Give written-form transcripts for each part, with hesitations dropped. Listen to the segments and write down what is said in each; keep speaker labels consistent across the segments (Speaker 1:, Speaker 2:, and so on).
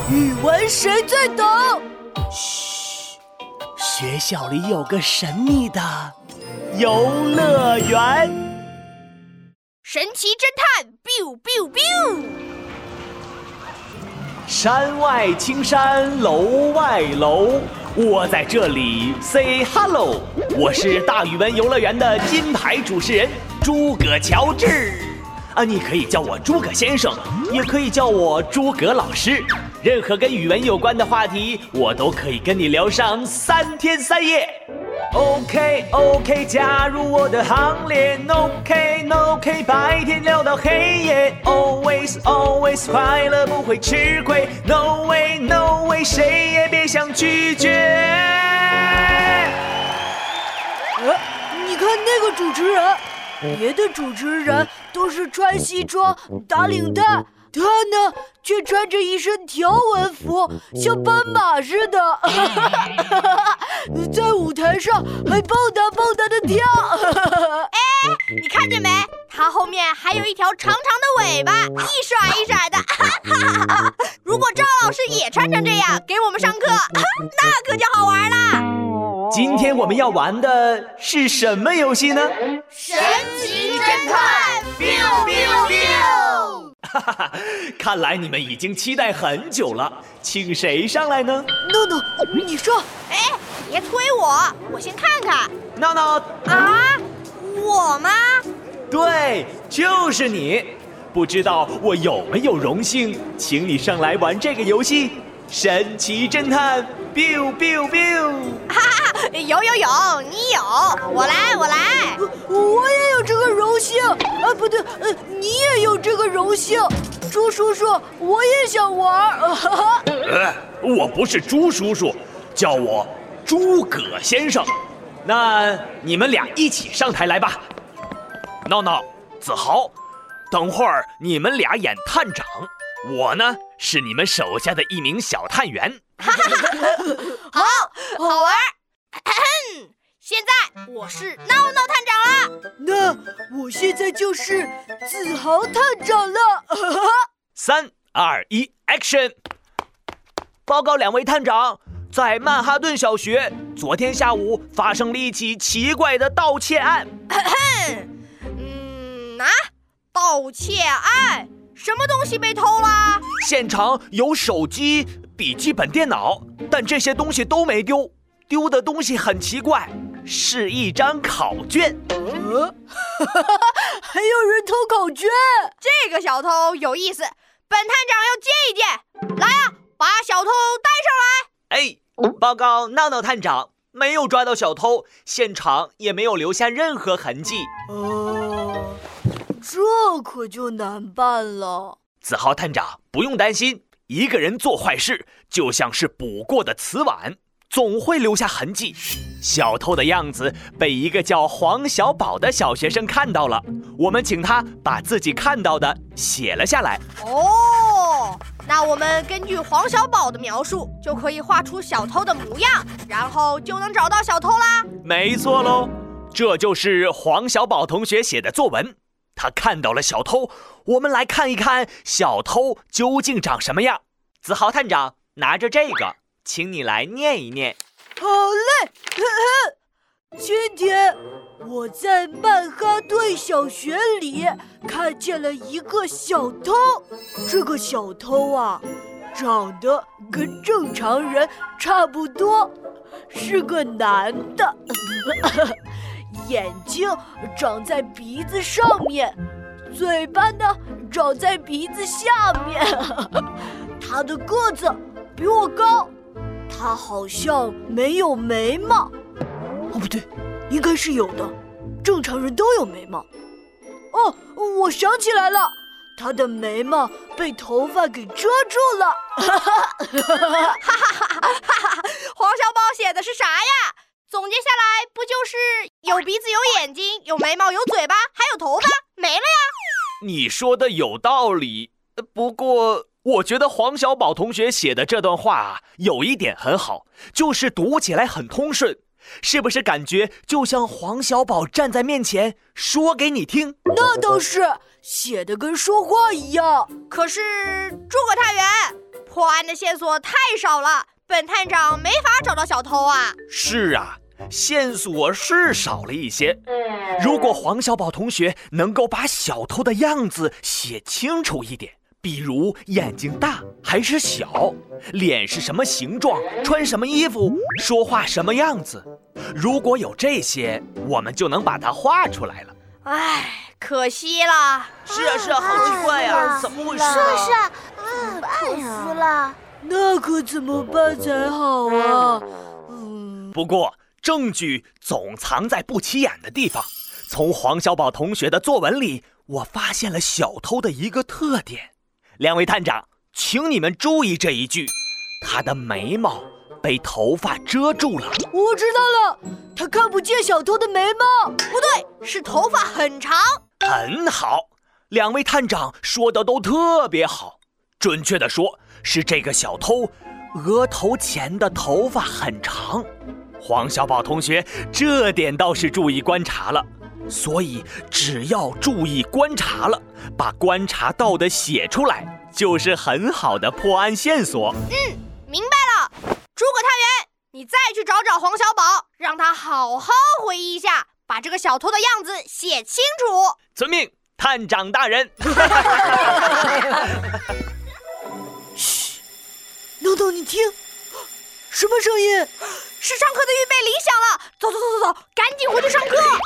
Speaker 1: 语文谁最懂？
Speaker 2: 嘘，学校里有个神秘的游乐园。
Speaker 3: 神奇侦探 biu biu biu。
Speaker 2: 山外青山楼外楼，我在这里 say hello。我是大语文游乐园的金牌主持人诸葛乔治。你可以叫我诸葛先生，也可以叫我诸葛老师。任何跟语文有关的话题，我都可以跟你聊上3天3夜。OK， 加入我的行列。OK， 白天聊到黑夜。Always 快乐不会吃亏。No way， 谁也别想拒绝。
Speaker 1: 你看那个主持人，别的主持人都是穿西装打领带，他呢却穿着一身条纹服，像斑马似的，在舞台上还蹦跶的跳。
Speaker 3: 你看见没？他后面还有一条长长的尾巴，一甩一甩的。如果赵老师也穿成这样给我们上课，那可就好玩了。
Speaker 2: 今天我们要玩的是什么游戏呢？
Speaker 3: 神奇侦探 biu biu biu。
Speaker 2: 看来你们已经期待很久了，请谁上来呢？
Speaker 1: 诺诺，你上。
Speaker 3: 别推我，我先看看。
Speaker 2: 闹闹
Speaker 3: 啊，我吗？
Speaker 2: 对，就是你。不知道我有没有荣幸请你上来玩这个游戏？神奇侦探 biu biu biu。
Speaker 3: 有，你有，我来。
Speaker 1: 我也有这个荣幸不对，你也有这个荣幸。朱叔叔，我也想玩。
Speaker 2: 我不是朱叔叔，叫我诸葛先生。那你们俩一起上台来吧。闹闹、子豪，等会儿你们俩演探长，我呢是你们手下的一名小探员。
Speaker 3: 好玩。现在我是闹闹探长了。
Speaker 1: 那我现在就是子豪探长了。
Speaker 2: 3、2、1 ，Action！ 报告2位探长，在曼哈顿小学，昨天下午发生了一起奇怪的盗窃案。
Speaker 3: 盗窃案？什么东西被偷了？
Speaker 2: 现场有手机、笔记本电脑，但这些东西都没丢。丢的东西很奇怪，是一张考卷。
Speaker 1: 还有人偷考卷？
Speaker 3: 这个小偷有意思，本探长要见一见。来啊，把小偷带上
Speaker 2: 来。报告闹闹探长，没有抓到小偷，现场也没有留下任何痕迹。
Speaker 1: 这可就难办了。
Speaker 2: 子豪探长，不用担心，一个人做坏事就像是补过的瓷碗，总会留下痕迹。小偷的样子被一个叫黄小宝的小学生看到了，我们请他把自己看到的写了下来。
Speaker 3: 那我们根据黄小宝的描述，就可以画出小偷的模样，然后就能找到小偷啦。
Speaker 2: 没错喽，这就是黄小宝同学写的作文。他看到了小偷，我们来看一看小偷究竟长什么样。子豪探长，拿着这个，请你来念一念。
Speaker 1: 好嘞。今天我在曼哈顿小学里看见了一个小偷。这个小偷啊，长得跟正常人差不多，是个男的。眼睛长在鼻子上面，嘴巴呢长在鼻子下面。他的个子比我高，他好像没有眉毛。不对，应该是有的，正常人都有眉毛。我想起来了，他的眉毛被头发给遮住了。
Speaker 3: 黄小宝写的是啥呀？总结下来不就是有鼻子、有眼睛、有眉毛、有嘴巴，还有头发，没了呀？
Speaker 2: 你说的有道理，不过我觉得黄小宝同学写的这段话有一点很好，就是读起来很通顺。是不是感觉就像黄小宝站在面前说给你听？
Speaker 1: 那倒是，写的跟说话一样。
Speaker 3: 可是诸葛探员， 破案的线索太少了，本探长没法找到小偷啊。
Speaker 2: 是啊，线索是少了一些。如果黄小宝同学能够把小偷的样子写清楚一点，比如眼睛大还是小，脸是什么形状，穿什么衣服，说话什么样子，如果有这些，我们就能把它画出来了。
Speaker 3: 唉，可惜了。
Speaker 2: 是啊，好奇怪呀，怎么回事？
Speaker 4: 是啊，苦死了。
Speaker 1: 那可怎么办才好啊？
Speaker 2: 不过证据总藏在不起眼的地方。从黄小宝同学的作文里，我发现了小偷的一个特点。两位探长，请你们注意这一句，他的眉毛被头发遮住了。
Speaker 1: 我知道了，他看不见小偷的眉毛。
Speaker 3: 不对，是头发很长。
Speaker 2: 很好，两位探长说的都特别好。准确的说，是这个小偷额头前的头发很长。黄小宝同学这点倒是注意观察了，所以只要注意观察了，把观察到的写出来，就是很好的破案线索。
Speaker 3: 明白了。诸葛探员，你再去找找黄小宝，让他好好回忆一下，把这个小偷的样子写清楚。
Speaker 2: 遵命，探长大人。
Speaker 1: 嘘，闹闹，你听，什么声音？
Speaker 3: 是上课的预备铃响了，走，赶紧回去上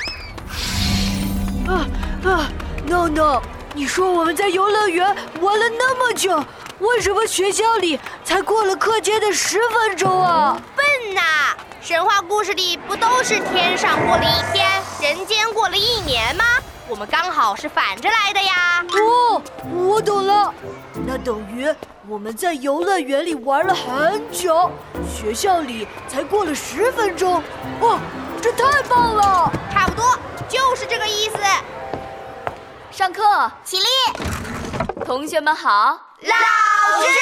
Speaker 3: 课。
Speaker 1: 闹闹，你说我们在游乐园玩了那么久，为什么学校里才过了课间的10分钟啊？
Speaker 3: 笨呐！神话故事里不都是天上过了1天，人间过了1年吗？我们刚好是反着来的呀。
Speaker 1: 哦，我懂了，那等于我们在游乐园里玩了很久，学校里才过了10分钟。哇，这太棒了！
Speaker 3: 差不多就是这个意思。
Speaker 4: 上课起立，同学们好，
Speaker 3: 老师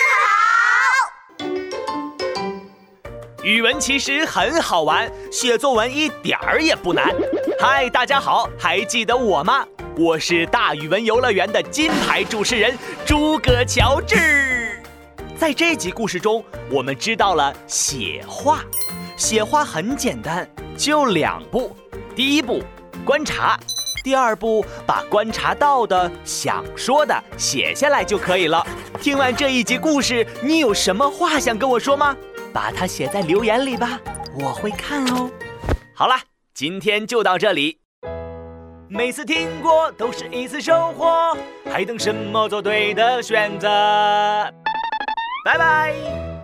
Speaker 3: 好。
Speaker 2: 语文其实很好玩，写作文一点儿也不难。嗨，大家好，还记得我吗？我是大语文游乐园的金牌主持人诸葛乔治。在这集故事中，我们知道了写画。写画很简单，就2步。第一步，观察；第2步，把观察到的、想说的写下来就可以了。听完这一集故事，你有什么话想跟我说吗？把它写在留言里吧，我会看哦。好了，今天就到这里。每次听过都是一次收获，还等什么做对的选择？拜拜。